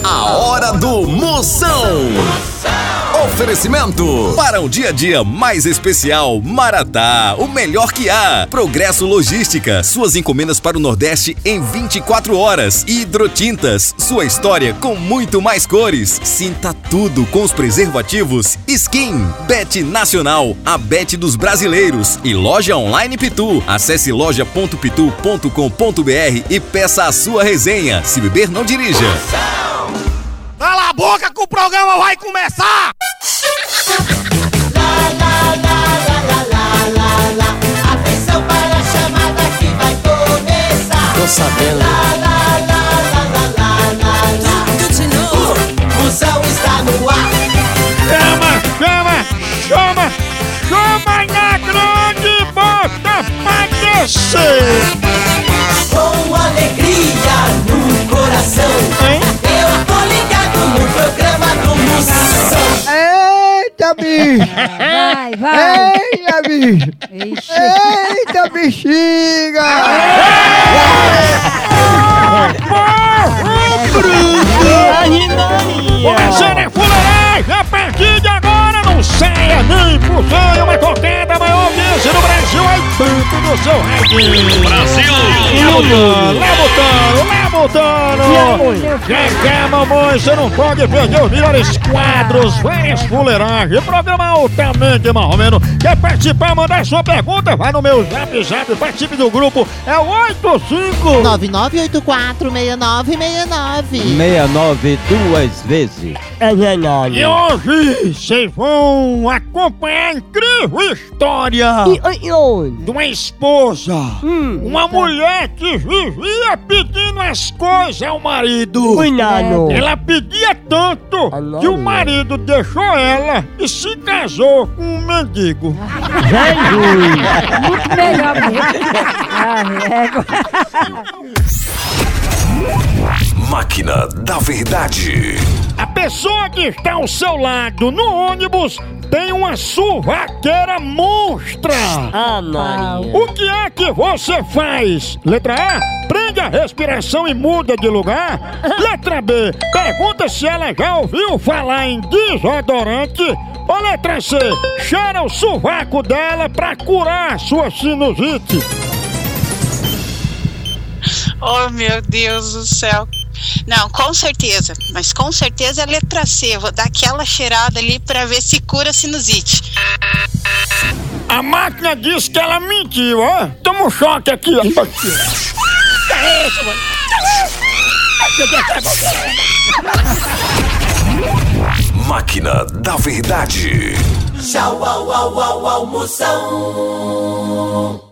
A hora do Moção. Oferecimento para um dia a dia mais especial, Maratá, o melhor que há. Progresso Logística, suas encomendas para o Nordeste em 24 horas. Hidrotintas, sua história com muito mais cores. Sinta tudo com os preservativos Skin. Bet Nacional, a bet dos brasileiros. E loja online Pitu. Acesse loja.pitu.com.br e peça a sua resenha. Se beber, não dirija. Cala a boca que o programa vai começar! Atenção para a chamada que vai começar. Tô sabendo. Tudo de novo. Moção está no ar. Chama na grande bota pra descer! Com alegria no coração. Eu tô ligado no programa do Moção. Eita, bicho! Vai! Eita, bicho! Ixi. Eita, bexiga! Começando a fuleiragem, a partir de agora não saia nem por sonho, uma cocada maior audiência no Brasil, aí tanto no seu radinho. Brasil! Lá botando! Já, mamãe, você não pode perder os melhores quadros, várias fuleiragens, programa altamente marromeno. Quer participar, mandar sua pergunta? Vai no meu zap, participe do grupo, é o 85 99846969. 69 duas vezes. É verdade. E hoje vocês vão acompanhar a incrível história de uma esposa, uma mulher que vivia pedindo as coisas ao marido. Cuidado. Ela pedia tanto que o marido deixou ela e se casou com um mendigo. Muito melhor mesmo. Máquina da Verdade. A pessoa que está ao seu lado no ônibus tem uma suvaqueira monstra. O que é que você faz? Letra A, prende a respiração e muda de lugar. Letra B, pergunta se ela já ouviu falar em desodorante. Ou letra C, cheira o sovaco dela pra curar a sua sinusite. Oh, meu Deus do céu. Não, com certeza. Mas com certeza é a letra C. Vou dar aquela cheirada ali pra ver se cura a sinusite. A máquina disse que ela mentiu, ó. Toma um choque aqui, ó. É isso, mano. Máquina da Verdade. Tchau, au, Moção.